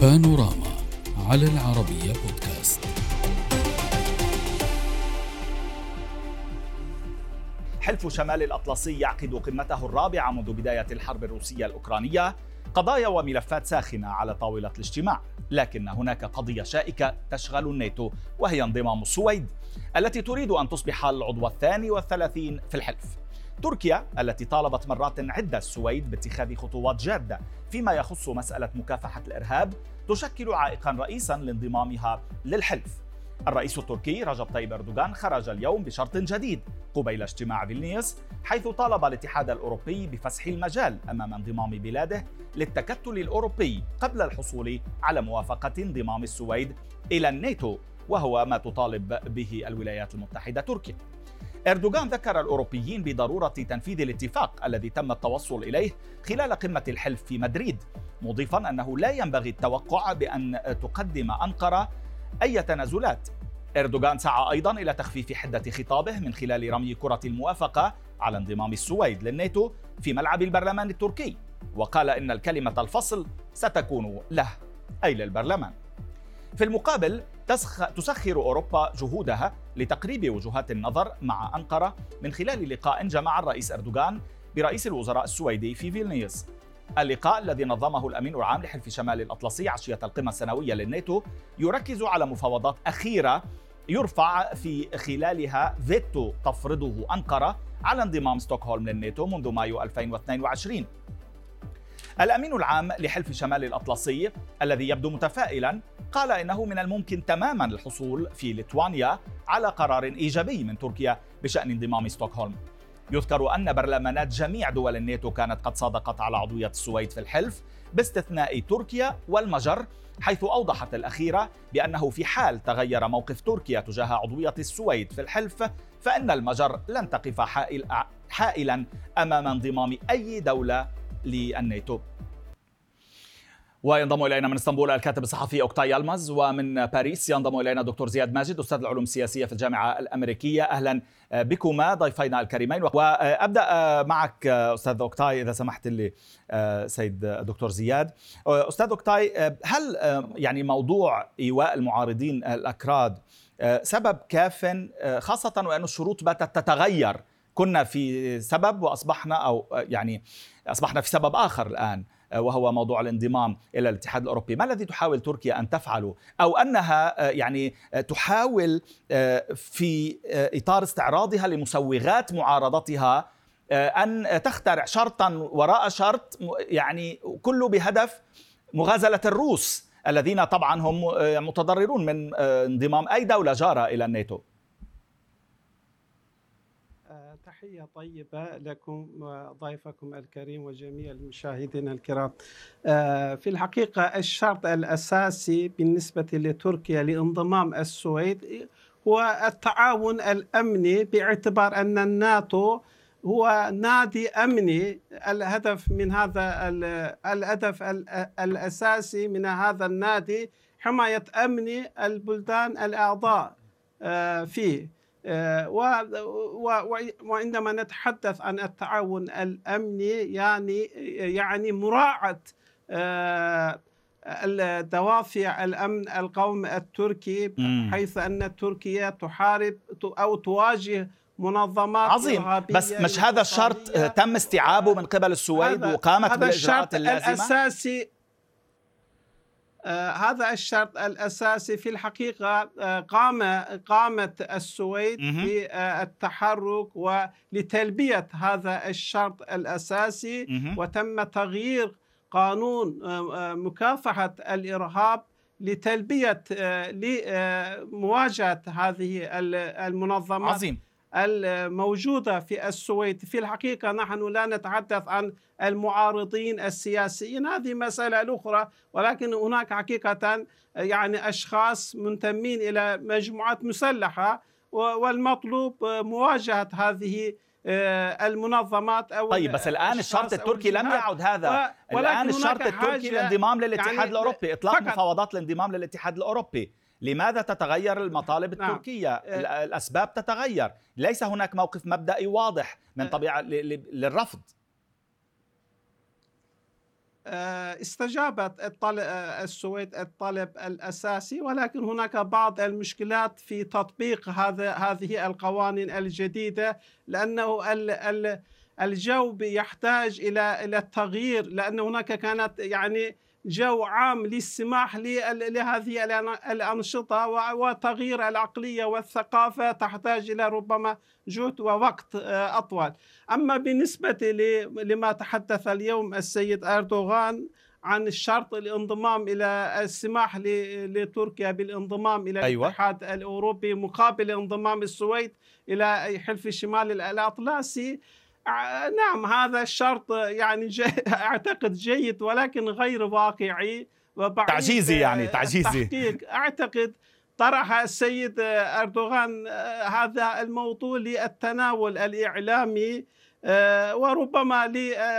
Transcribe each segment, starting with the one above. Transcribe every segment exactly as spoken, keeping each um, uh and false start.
بانوراما على العربية بودكاست. حلف شمال الأطلسي يعقد قمته الرابعة منذ بداية الحرب الروسية الأوكرانية، قضايا وملفات ساخنة على طاولة الاجتماع، لكن هناك قضية شائكة تشغل الناتو وهي انضمام السويد التي تريد أن تصبح العضو الثاني والثلاثين في الحلف. تركيا التي طالبت مرات عدة السويد باتخاذ خطوات جادة فيما يخص مسألة مكافحة الإرهاب تشكل عائقا رئيسا لانضمامها للحلف. الرئيس التركي رجب طيب أردوغان خرج اليوم بشرط جديد قبيل اجتماع فيلنيوس، حيث طالب الاتحاد الأوروبي بفسح المجال أمام انضمام بلاده للتكتل الأوروبي قبل الحصول على موافقة انضمام السويد إلى الناتو، وهو ما تطالب به الولايات المتحدة تركيا. أردوغان ذكر الأوروبيين بضرورة تنفيذ الاتفاق الذي تم التوصل إليه خلال قمة الحلف في مدريد، مضيفا أنه لا ينبغي التوقع بأن تقدم أنقرة أي تنازلات. أردوغان سعى أيضا إلى تخفيف حدة خطابه من خلال رمي كرة الموافقة على انضمام السويد للناتو في ملعب البرلمان التركي، وقال إن الكلمة الفصل ستكون له، أي للبرلمان. في المقابل تسخر أوروبا جهودها لتقريب وجهات النظر مع أنقرة من خلال لقاء جمع الرئيس أردوغان برئيس الوزراء السويدي في فيلنيوس. اللقاء الذي نظمه الأمين العام لحلف شمال الأطلسي عشية القمة السنوية للناتو يركز على مفاوضات أخيرة يرفع في خلالها فيتو تفرضه أنقرة على انضمام ستوكهولم للناتو منذ مايو ألفين واثنين وعشرين. الأمين العام لحلف شمال الأطلسي الذي يبدو متفائلا قال إنه من الممكن تماما الحصول في ليتوانيا على قرار إيجابي من تركيا بشأن انضمام ستوكهولم. يذكر أن برلمانات جميع دول الناتو كانت قد صادقت على عضوية السويد في الحلف باستثناء تركيا والمجر، حيث أوضحت الأخيرة بأنه في حال تغير موقف تركيا تجاه عضوية السويد في الحلف فإن المجر لن تقف حائل حائلا أمام انضمام أي دولة للناتو. وينضم إلينا من اسطنبول الكاتب الصحفي أوكتاي يلمز، ومن باريس ينضم إلينا دكتور زياد ماجد أستاذ العلوم السياسية في الجامعة الأمريكية. أهلا بكما ضيفينا الكريمين. وأبدأ معك أستاذ أوكتاي إذا سمحت لي سيد دكتور زياد. أستاذ أوكتاي، هل يعني موضوع إيواء المعارضين الأكراد سبب كاف، خاصة وأن الشروط باتت تتغير؟ كنا في سبب وأصبحنا أو يعني أصبحنا في سبب آخر الآن، وهو موضوع الانضمام إلى الاتحاد الأوروبي. ما الذي تحاول تركيا أن تفعله، أو أنها يعني تحاول في إطار استعراضها لمسوغات معارضتها أن تخترع شرطا وراء شرط، يعني كله بهدف مغازلة الروس الذين طبعا هم متضررون من انضمام أي دولة جارة إلى الناتو؟ تحية طيبة لكم وضيفكم الكريم وجميع المشاهدين الكرام. في الحقيقة الشرط الأساسي بالنسبة لتركيا لانضمام السويد هو التعاون الأمني، باعتبار أن الناتو هو نادي أمني. الهدف من هذا الهدف الأساسي من هذا النادي حماية أمن البلدان الأعضاء فيه. وعندما نتحدث عن التعاون الأمني يعني يعني مراعاة الدوافع الأمن القومي التركي، حيث أن تركيا تحارب أو تواجه منظمات عظيم. إرهابية. بس مش هذا الشرط تم استيعابه من قبل السويد وقامت بالإجراءات اللازمة؟ الأساسي آه هذا الشرط الأساسي في الحقيقة آه قام قامت السويد بالتحرك ولتلبية هذا الشرط الأساسي، وتم تغيير قانون آه مكافحة الإرهاب لتلبية آه لمواجهة هذه المنظمات. عظيم. الموجودة في السويد. في الحقيقة نحن لا نتحدث عن المعارضين السياسيين، هذه مسألة أخرى، ولكن هناك حقيقة يعني أشخاص منتمين إلى مجموعات مسلحة، والمطلوب مواجهة هذه المنظمات. أو طيب بس الآن الشرط التركي لم يعد هذا، الآن الشرط التركي الانضمام للاتحاد يعني الأوروبي، إطلاق مفاوضات الانضمام للاتحاد الأوروبي. لماذا تتغير المطالب التركية؟ نعم. الأسباب تتغير، ليس هناك موقف مبدئي واضح من طبيعة للرفض. استجابت السويد الطلب الأساسي، ولكن هناك بعض المشكلات في تطبيق هذا هذه القوانين الجديدة، لأنه الجو يحتاج إلى إلى التغيير، لأن هناك كانت يعني جو عام للسماح لهذه الأنشطة، وتغيير العقلية والثقافة تحتاج إلى ربما جهد ووقت أطول. أما بالنسبة لما تحدث اليوم السيد أردوغان عن الشرط الانضمام إلى السماح لتركيا بالانضمام إلى أيوة. الاتحاد الأوروبي مقابل انضمام السويد إلى حلف الشمال الأطلسي، نعم هذا الشرط يعني أعتقد جيد ولكن غير واقعي وبعيد تعجيزي، يعني تعجيزي. التحقيق. أعتقد طرح السيد أردوغان هذا الموضوع للتناول الإعلامي وربما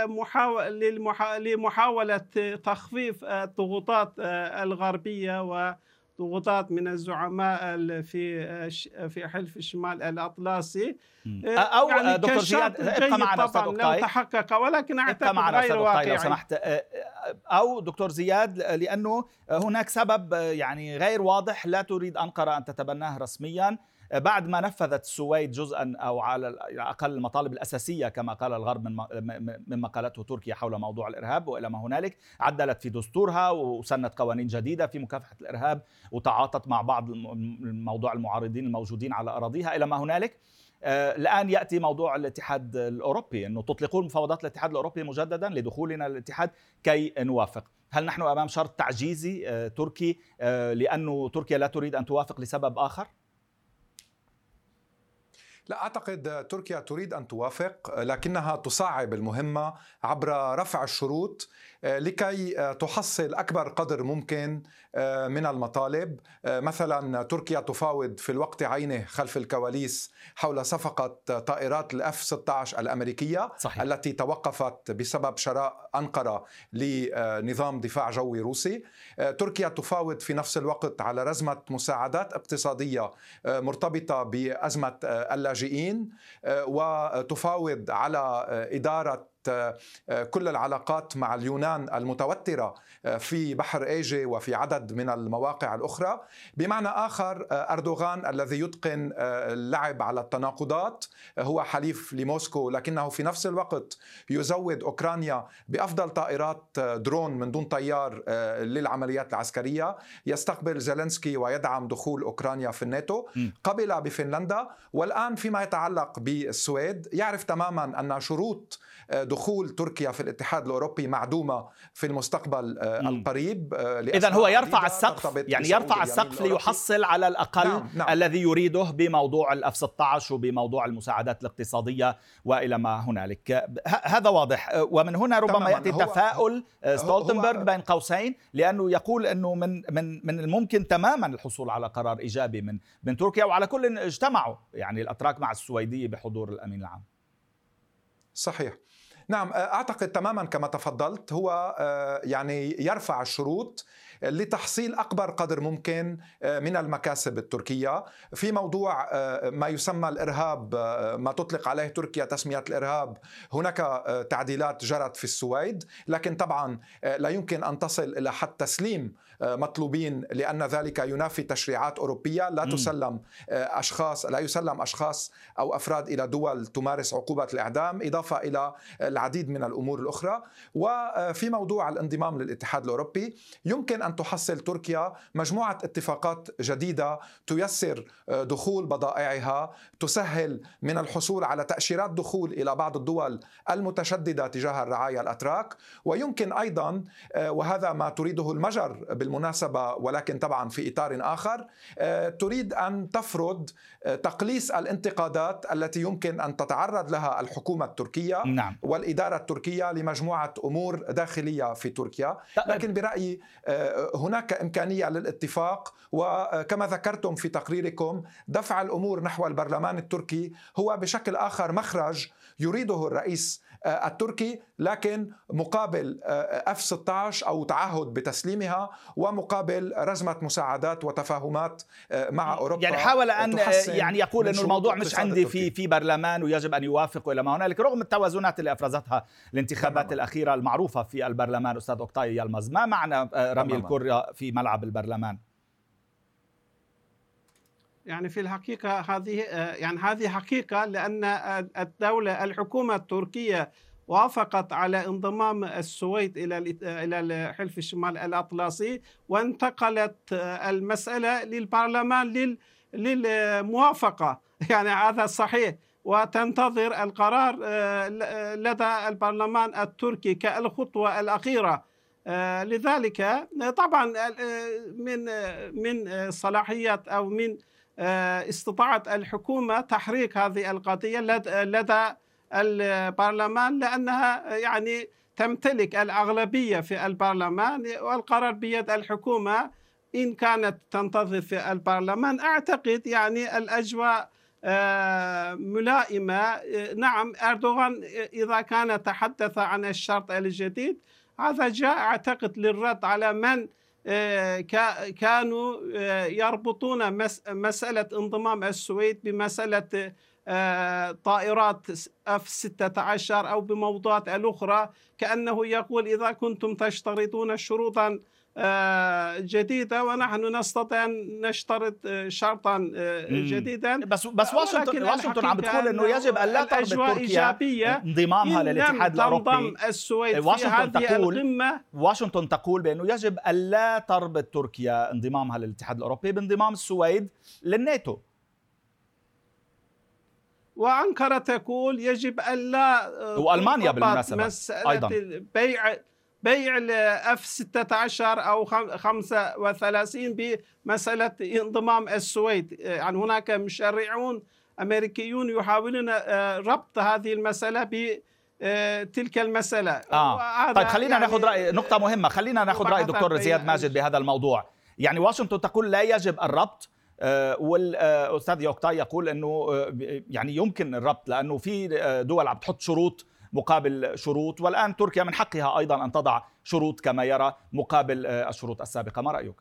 لمحاولة تخفيف الضغوطات الغربية وضغوطات من الزعماء في في حلف الشمال الأطلسي. أو يعني دكتور زياد ابقى معنا طبعا لو تحقق، ولكن أعتقد غير واقعي لو سمحت. أو دكتور زياد، لأنه هناك سبب يعني غير واضح لا تريد أنقرة أن تتبناه رسميا بعد ما نفذت السويد جزءا أو على الأقل المطالب الأساسية كما قال الغرب مما قالته تركيا حول موضوع الإرهاب وإلى ما هنالك. عدلت في دستورها وسنت قوانين جديدة في مكافحة الإرهاب وتعاطت مع بعض الموضوع المعارضين الموجودين على أراضيها إلى ما هنالك. الآن يأتي موضوع الاتحاد الأوروبي، أنه تطلقون مفاوضات الاتحاد الأوروبي مجددا لدخولنا الاتحاد كي نوافق. هل نحن أمام شرط تعجيزي تركي لأنه تركيا لا تريد أن توافق لسبب آخر؟ لا أعتقد تركيا تريد أن توافق، لكنها تصعب المهمة عبر رفع الشروط لكي تحصل أكبر قدر ممكن من المطالب. مثلا تركيا تفاوض في الوقت عينه خلف الكواليس حول صفقة طائرات الأف ستة عشر الأمريكية صحيح. التي توقفت بسبب شراء أنقرة لنظام دفاع جوي روسي. تركيا تفاوض في نفس الوقت على رزمة مساعدات اقتصادية مرتبطة بأزمة اللاجئين، وتفاوض على إدارة كل العلاقات مع اليونان المتوترة في بحر إيجي وفي عدد من المواقع الأخرى. بمعنى آخر أردوغان الذي يتقن اللعب على التناقضات هو حليف لموسكو، لكنه في نفس الوقت يزود أوكرانيا بأفضل طائرات درون من دون طيار للعمليات العسكرية. يستقبل زيلينسكي ويدعم دخول أوكرانيا في الناتو. قبل بفنلندا. والآن فيما يتعلق بالسويد يعرف تماما أن شروط دخول تركيا في الاتحاد الأوروبي معدومة في المستقبل القريب. إذن هو يرفع السقف، يعني يرفع السقف ليحصل على الأقل نعم نعم. الذي يريده بموضوع الأف ستة عشر وبموضوع المساعدات الاقتصادية وإلى ما هنالك. هذا واضح. ومن هنا ربما يأتي تفاؤل ستولتنبرغ بين قوسين، لأنه يقول أنه من من من الممكن تماما الحصول على قرار إيجابي من من تركيا. وعلى كل اجتمعوا يعني الأتراك مع السويدية بحضور الأمين العام. صحيح. نعم أعتقد تماما كما تفضلت، هو يعني يرفع الشروط لتحصيل أكبر قدر ممكن من المكاسب التركية في موضوع ما يسمى الإرهاب، ما تطلق عليه تركيا تسمية الإرهاب. هناك تعديلات جرت في السويد، لكن طبعا لا يمكن أن تصل إلى حد تسليم مطلوبين، لأن ذلك ينافي تشريعات أوروبية. لا تسلم أشخاص لا يسلم أشخاص أو أفراد إلى دول تمارس عقوبة الإعدام، إضافة إلى العديد من الأمور الأخرى. وفي موضوع الانضمام للاتحاد الأوروبي يمكن أن تحصل تركيا مجموعة اتفاقات جديدة تيسر دخول بضائعها، تسهل من الحصول على تأشيرات دخول إلى بعض الدول المتشددة تجاه الرعايا الأتراك. ويمكن أيضا، وهذا ما تريده المجر بالمناسبة ولكن طبعا في إطار آخر، تريد أن تفرض تقليص الانتقادات التي يمكن أن تتعرض لها الحكومة التركية نعم. والإدارة التركية لمجموعة أمور داخلية في تركيا. لكن برأيي هناك إمكانية للاتفاق، وكما ذكرتم في تقريركم دفع الأمور نحو البرلمان التركي هو بشكل آخر مخرج يريده الرئيس التركي، لكن مقابل إف ستة عشر أو تعهد بتسليمها ومقابل رزمة مساعدات وتفاهمات مع أوروبا. يعني حاول أن يعني يقول أنه الموضوع مش عندي في في برلمان ويجب أن يوافقوا إلى ما هنالك، رغم التوازنات اللي أفرزتها الانتخابات تمام. الأخيرة المعروفة في البرلمان. أستاذ أوكتاي يلمز، ما معنى رمي الكرة في ملعب البرلمان؟ يعني في الحقيقة هذه يعني هذه حقيقة، لأن الدولة الحكومة التركية وافقت على انضمام السويد إلى إلى حلف الشمال الأطلسي، وانتقلت المسألة للبرلمان للموافقة، يعني هذا صحيح، وتنتظر القرار لدى البرلمان التركي كالخطوة الأخيرة. لذلك طبعا من من صلاحيات أو من استطاعة الحكومة تحريك هذه القضية لدى البرلمان، لأنها يعني تمتلك الأغلبية في البرلمان، والقرار بيد الحكومة إن كانت تنتظر في البرلمان. أعتقد يعني الأجواء ملائمة. نعم، أردوغان إذا كان تحدث عن الشرط الجديد، هذا جاء أعتقد للرد على من كانوا يربطون مسألة انضمام السويد بمسألة طائرات إف ستة عشر أو بموضوعات الأخرى، كأنه يقول إذا كنتم تشترطون شروطا جديدة ونحن نستطيع أن نشترط شرطا جديدا. بس بس واشنطن واشنطن عم بتقول إنه يجب أن لا تربط تركيا انضمامها للاتحاد الأوروبي. السويد واشنطن في تقول القمة واشنطن تقول بأنه يجب أن لا تربط تركيا انضمامها للاتحاد الأوروبي بانضمام السويد للناتو، وأنقرة تقول يجب أن لا، وألمانيا بالمناسبة أيضا بيع بيع الإف ستة عشر أو خمسة وثلاثين بمسألة انضمام السويد. يعني هناك مشرعون أمريكيون يحاولون ربط هذه المسألة بتلك المسألة. آه. طيب خلينا يعني ناخذ رأي، نقطة مهمة، خلينا ناخذ رأي دكتور زياد ماجد بهذا الموضوع. يعني واشنطن تقول لا يجب الربط، والأستاذ يوكتاي يقول أنه يعني يمكن الربط، لأنه في دول عم تحط شروط مقابل شروط، والآن تركيا من حقها أيضا أن تضع شروط كما يرى مقابل الشروط السابقة. ما رأيك؟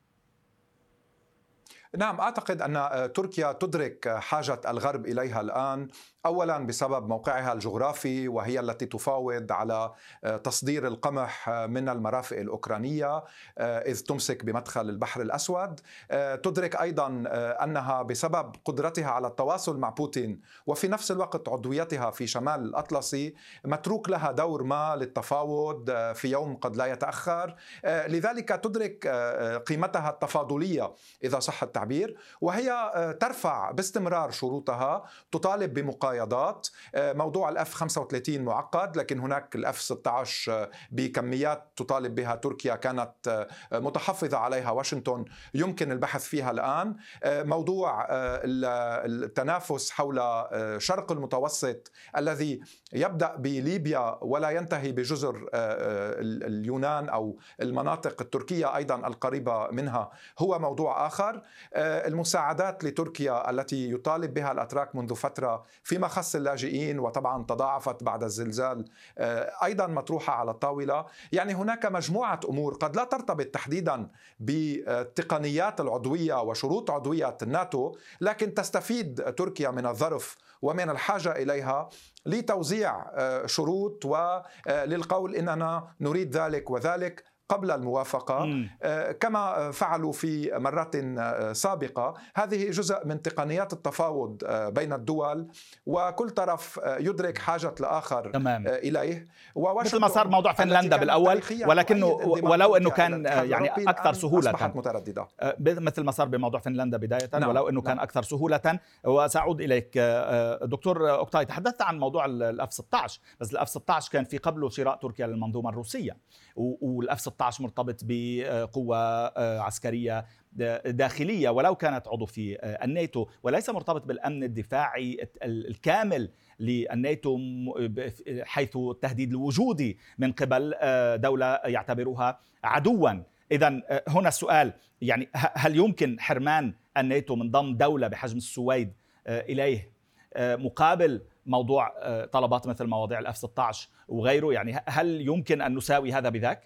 نعم، أعتقد أن تركيا تدرك حاجة الغرب إليها الآن، أولا بسبب موقعها الجغرافي، وهي التي تفاوض على تصدير القمح من المرافق الأوكرانية إذ تمسك بمدخل البحر الأسود. تدرك أيضا أنها بسبب قدرتها على التواصل مع بوتين وفي نفس الوقت عضويتها في شمال الأطلسي متروك لها دور ما للتفاوض في يوم قد لا يتأخر. لذلك تدرك قيمتها التفاضلية إذا صح التعبير، وهي ترفع باستمرار شروطها، تطالب بمقايضات. موضوع الإف خمسة وثلاثين معقد، لكن هناك الإف ستة عشر بكميات تطالب بها تركيا كانت متحفظة عليها واشنطن، يمكن البحث فيها الآن. موضوع التنافس حول شرق المتوسط الذي يبدأ بليبيا ولا ينتهي بجزر اليونان أو المناطق التركية أيضا القريبة منها هو موضوع آخر. المساعدات لتركيا التي يطالب بها الأتراك منذ فترة فيما خص اللاجئين، وطبعا تضاعفت بعد الزلزال، أيضا مطروحة على الطاولة. يعني هناك مجموعة أمور قد لا ترتبط تحديدا بالتقنيات العضوية وشروط عضوية الناتو، لكن تستفيد تركيا من الظرف ومن الحاجة إليها لتوزيع شروط وللقول إننا نريد ذلك وذلك قبل الموافقة. مم. كما فعلوا في مرات سابقة. هذه جزء من تقنيات التفاوض بين الدول، وكل طرف يدرك حاجة الآخر تمام. إليه، مثل ما صار موضوع فنلندا بالأول، ولكنه ولو أنه كان يعني أكثر سهولة، أصبحت مترددة مثل ما صار بموضوع فنلندا بداية. نعم. ولو أنه كان نعم. أكثر سهولة. وسأعود إليك دكتور أوكتاي، تحدثت عن موضوع الإف ستة عشر، بس الإف ستة عشر كان في قبله شراء تركيا للمنظومة الروسية، والإف ستة عشر مرتبط بقوة عسكرية داخلية ولو كانت عضو في الناتو، وليس مرتبط بالأمن الدفاعي الكامل للناتو حيث التهديد الوجودي من قبل دولة يعتبرها عدوا. إذن هنا السؤال، يعني هل يمكن حرمان الناتو من ضم دولة بحجم السويد إليه مقابل موضوع طلبات مثل مواضيع الإف ستة عشر وغيره؟ يعني هل يمكن أن نساوي هذا بذاك؟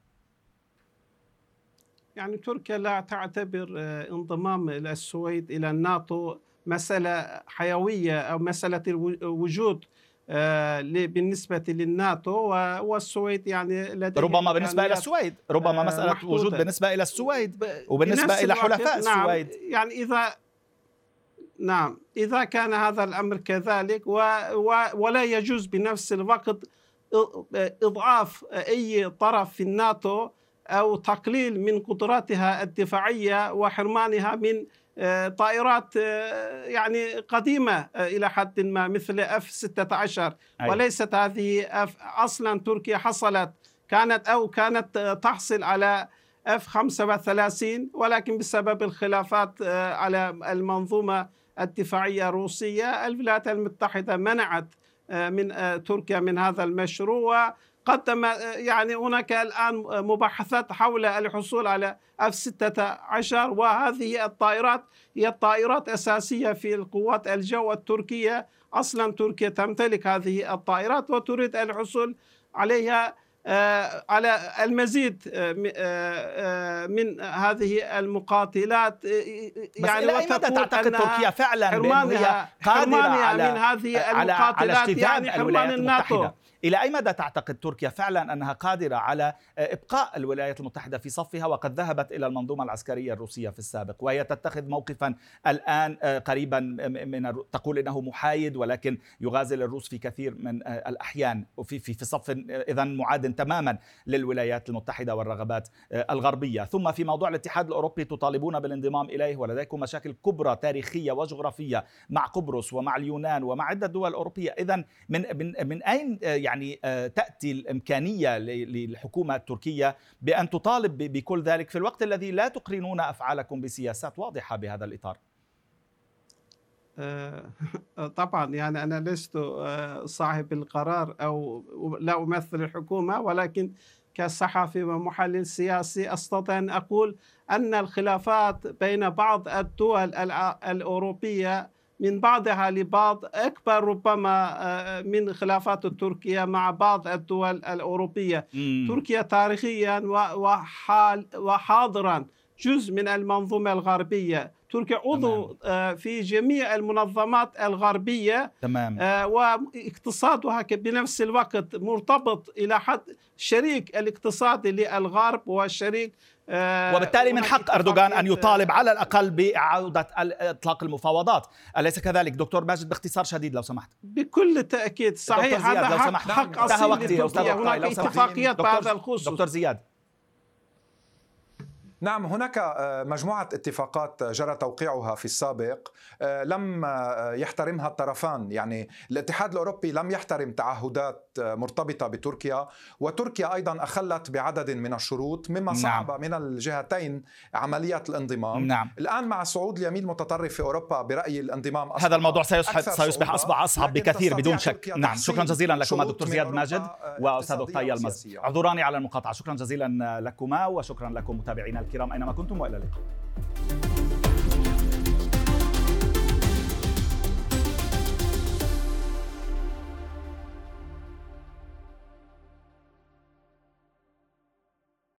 يعني تركيا لا تعتبر انضمام السويد إلى الناتو مسألة حيوية أو مسألة الوجود بالنسبة للناتو، والسويد يعني لديه ربما بالنسبة إلى السويد، ربما مسألة محدودة. وجود بالنسبة إلى السويد وبالنسبة إلى حلفاء نعم السويد. يعني إذا نعم إذا كان هذا الأمر كذلك و و ولا يجوز بنفس الوقت إضعاف أي طرف في الناتو أو تقليل من قدراتها الدفاعية وحرمانها من طائرات يعني قديمة إلى حد ما مثل إف ستة عشر. أي. وليست هذه أصلا تركيا حصلت كانت أو كانت تحصل على إف خمسة وثلاثين، ولكن بسبب الخلافات على المنظومة الدفاعية الروسية الولايات المتحدة منعت من تركيا من هذا المشروع، قدم يعني هناك الآن مباحثات حول الحصول على إف ستة عشر، وهذه الطائرات هي طائرات أساسية في القوات الجو التركية. أصلا تركيا تمتلك هذه الطائرات وتريد الحصول عليها على المزيد من هذه المقاتلات. يعني إلى أي مدى تعتقد تركيا فعلا بأنها قادرة على من هذه المقاتلات يعني حرمان الناتو؟ إلى أي مدى تعتقد تركيا فعلا أنها قادرة على إبقاء الولايات المتحدة في صفها وقد ذهبت إلى المنظومة العسكرية الروسية في السابق، وهي تتخذ موقفا الآن قريبا من تقول إنه محايد ولكن يغازل الروس في كثير من الأحيان وفي في في صف إذا معاد تماما للولايات المتحدة والرغبات الغربية. ثم في موضوع الاتحاد الأوروبي تطالبون بالانضمام إليه، ولديكم مشاكل كبرى تاريخية وجغرافية مع قبرص ومع اليونان ومع عدة دول أوروبية. إذن من من من أين يعني تأتي الإمكانية للحكومة التركية بأن تطالب بكل ذلك في الوقت الذي لا تقرنون أفعالكم بسياسات واضحة بهذا الإطار؟ طبعا يعني أنا لست صاحب القرار أو لا أمثل الحكومة، ولكن كصحفي ومحلل سياسي أستطيع أن أقول أن الخلافات بين بعض الدول الأوروبية من بعضها لبعض أكبر ربما من خلافات تركيا مع بعض الدول الأوروبية. مم. تركيا تاريخيا وحال وحاضرا جزء من المنظومة الغربية. تركيا عضو في جميع المنظمات الغربية. تمام. واقتصادها بنفس الوقت مرتبط إلى حد شريك الاقتصادي للغرب والشريك، وبالتالي من حق أردوغان أن يطالب على الأقل بإعادة إطلاق المفاوضات، أليس كذلك دكتور ماجد؟ باختصار شديد لو سمحت. بكل تأكيد صحيح، هذا حق, حق أصيل لتركيا. هناك اتفاقيات بهذا الخصوص. دكتور زياد. نعم، هناك مجموعة اتفاقات جرى توقيعها في السابق لم يحترمها الطرفان، يعني الاتحاد الأوروبي لم يحترم تعهدات مرتبطة بتركيا، وتركيا أيضا أخلت بعدد من الشروط مما صعب نعم. من الجهتين عملية الانضمام. نعم. الآن مع صعود اليمين المتطرف في أوروبا برأي الانضمام هذا الموضوع سيصبح, سيصبح أصبح أصعب بكثير بدون شك. نعم، شكرا جزيلا لكما دكتور زياد ماجد وأستاذ أوكتاي يلمز، اعذراني على المقاطعة. شكرا جزيلا لكما وشكرا لكم متابعينا الكرام أينما كنتم، وإلى اللقاء.